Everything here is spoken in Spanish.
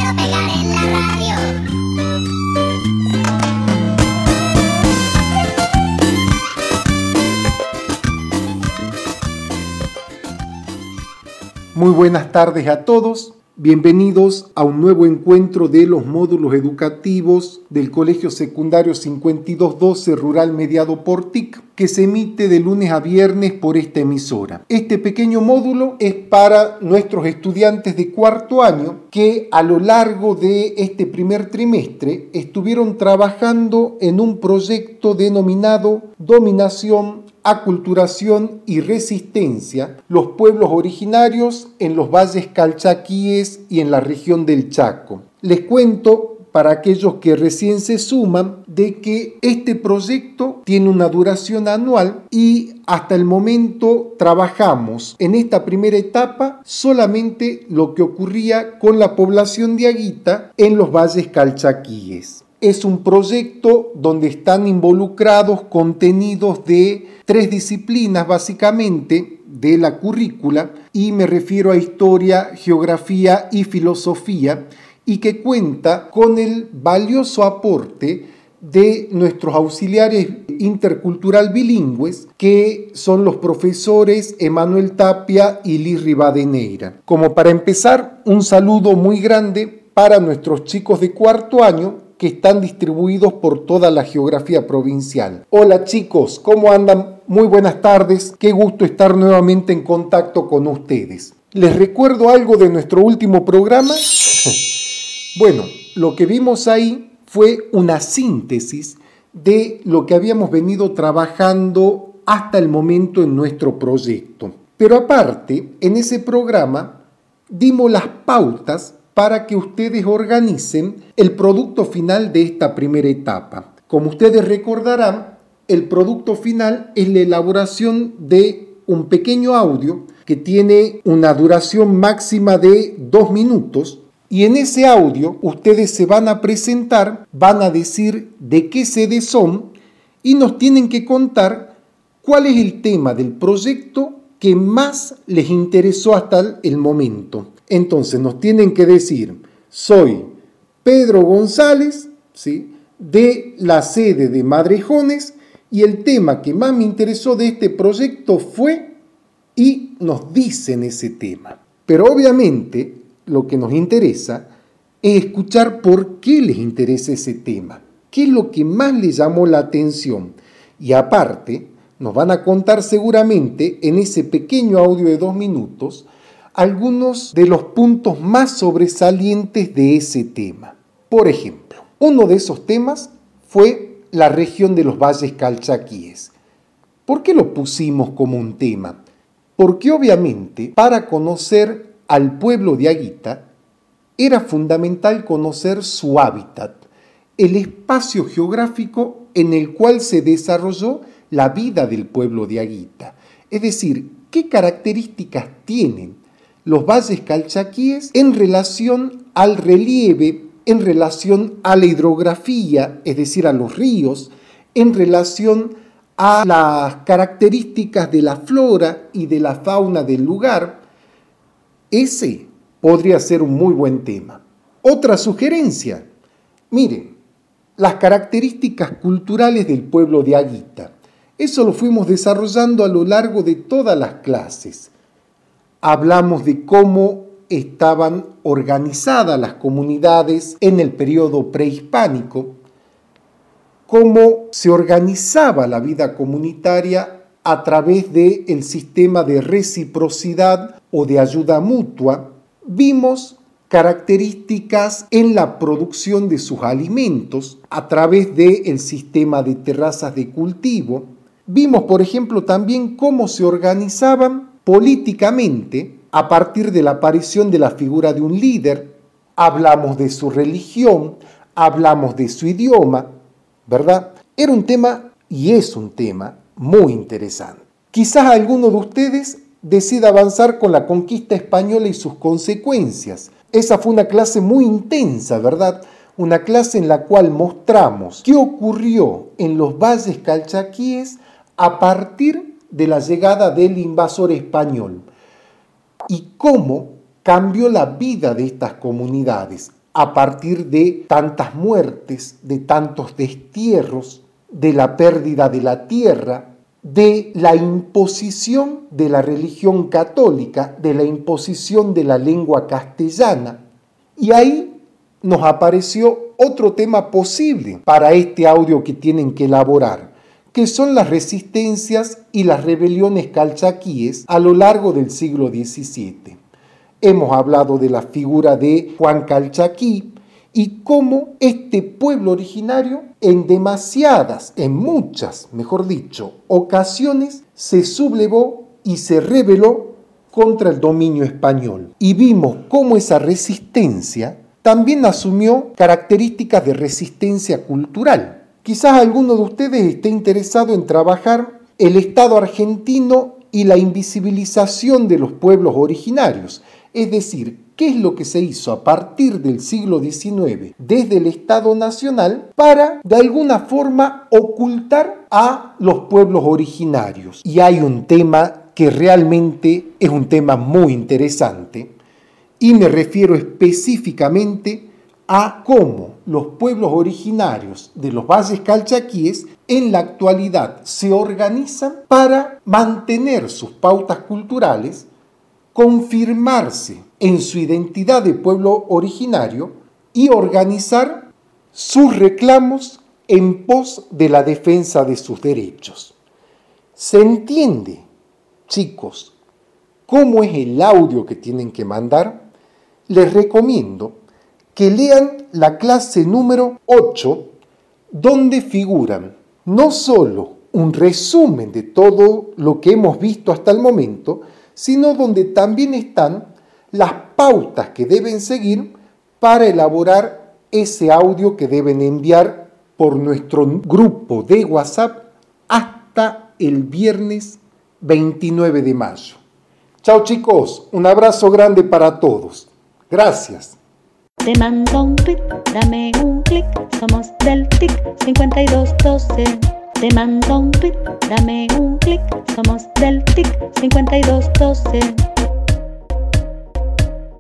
quiero pegar en la radio. Muy buenas tardes a todos. Bienvenidos a un nuevo encuentro de los módulos educativos del Colegio Secundario 5212 Rural Mediado por TIC, que se emite de lunes a viernes por esta emisora. Este pequeño módulo es para nuestros estudiantes de cuarto año que a lo largo de este primer trimestre estuvieron trabajando en un proyecto denominado Dominación, Aculturación y Resistencia, los pueblos originarios en los valles calchaquíes y en la región del Chaco. Les cuento, para aquellos que recién se suman, de que este proyecto tiene una duración anual y hasta el momento trabajamos en esta primera etapa solamente lo que ocurría con la población de Aguita en los valles calchaquíes. Es un proyecto donde están involucrados contenidos de 3 disciplinas básicamente de la currícula, y me refiero a historia, geografía y filosofía, y que cuenta con el valioso aporte de nuestros auxiliares intercultural bilingües, que son los profesores Emanuel Tapia y Liz Rivadeneira. Como para empezar, un saludo muy grande para nuestros chicos de cuarto año que están distribuidos por toda la geografía provincial. Hola chicos, ¿cómo andan? Muy buenas tardes, qué gusto estar nuevamente en contacto con ustedes. ¿Les recuerdo algo de nuestro último programa? Bueno, lo que vimos ahí fue una síntesis de lo que habíamos venido trabajando hasta el momento en nuestro proyecto. Pero aparte, en ese programa dimos las pautas para que ustedes organicen el producto final de esta primera etapa. Como ustedes recordarán, el producto final es la elaboración de un pequeño audio que tiene una duración máxima de 2 minutos, y en ese audio ustedes se van a presentar, van a decir de qué sede son y nos tienen que contar cuál es el tema del proyecto que más les interesó hasta el momento. Entonces nos tienen que decir: soy Pedro González, ¿sí?, de la sede de Madrejones, y el tema que más me interesó de este proyecto fue, y nos dicen ese tema. Pero obviamente lo que nos interesa es escuchar por qué les interesa ese tema, qué es lo que más les llamó la atención. Y aparte nos van a contar seguramente en ese pequeño audio de 2 minutos algunos de los puntos más sobresalientes de ese tema. Por ejemplo, uno de esos temas fue la región de los valles calchaquíes. ¿Por qué lo pusimos como un tema? Porque obviamente para conocer al pueblo de Aguita era fundamental conocer su hábitat, el espacio geográfico en el cual se desarrolló la vida del pueblo de Aguita. Es decir, qué características tienen los valles calchaquíes en relación al relieve, en relación a la hidrografía, es decir, a los ríos, en relación a las características de la flora y de la fauna del lugar. Ese podría ser un muy buen tema. Otra sugerencia: miren, las características culturales del pueblo de Aguita. Eso lo fuimos desarrollando a lo largo de todas las clases. Hablamos de cómo estaban organizadas las comunidades en el periodo prehispánico, cómo se organizaba la vida comunitaria a través del sistema de reciprocidad o de ayuda mutua. Vimos características en la producción de sus alimentos a través del sistema de terrazas de cultivo. Vimos, por ejemplo, también cómo se organizaban políticamente a partir de la aparición de la figura de un líder. Hablamos de su religión, hablamos de su idioma, ¿verdad? Era un tema y es un tema muy interesante. Quizás alguno de ustedes decida avanzar con la conquista española y sus consecuencias. Esa fue una clase muy intensa, ¿verdad? Una clase en la cual mostramos qué ocurrió en los valles calchaquíes a partir de la llegada del invasor español y cómo cambió la vida de estas comunidades a partir de tantas muertes, de tantos destierros, de la pérdida de la tierra, de la imposición de la religión católica, de la imposición de la lengua castellana. Y ahí nos apareció otro tema posible para este audio que tienen que elaborar, que son las resistencias y las rebeliones calchaquíes a lo largo del siglo XVII. Hemos hablado de la figura de Juan Calchaquí y cómo este pueblo originario en muchas, ocasiones se sublevó y se rebeló contra el dominio español. Y vimos cómo esa resistencia también asumió características de resistencia cultural. Quizás alguno de ustedes esté interesado en trabajar el Estado argentino y la invisibilización de los pueblos originarios. Es decir, ¿qué es lo que se hizo a partir del siglo XIX desde el Estado Nacional para, de alguna forma, ocultar a los pueblos originarios? Y hay un tema que realmente es un tema muy interesante, y me refiero específicamente a cómo los pueblos originarios de los valles calchaquíes en la actualidad se organizan para mantener sus pautas culturales, confirmarse en su identidad de pueblo originario y organizar sus reclamos en pos de la defensa de sus derechos. ¿Se entiende, chicos, cómo es el audio que tienen que mandar? Les recomiendo que lean la clase número 8, donde figuran no solo un resumen de todo lo que hemos visto hasta el momento, sino donde también están las pautas que deben seguir para elaborar ese audio que deben enviar por nuestro grupo de WhatsApp hasta el viernes 29 de mayo. Chao chicos, un abrazo grande para todos. Gracias. Te mando un tweet, dame un clic, somos del TIC 5212. Te mando un tweet, dame un clic, somos del TIC 5212.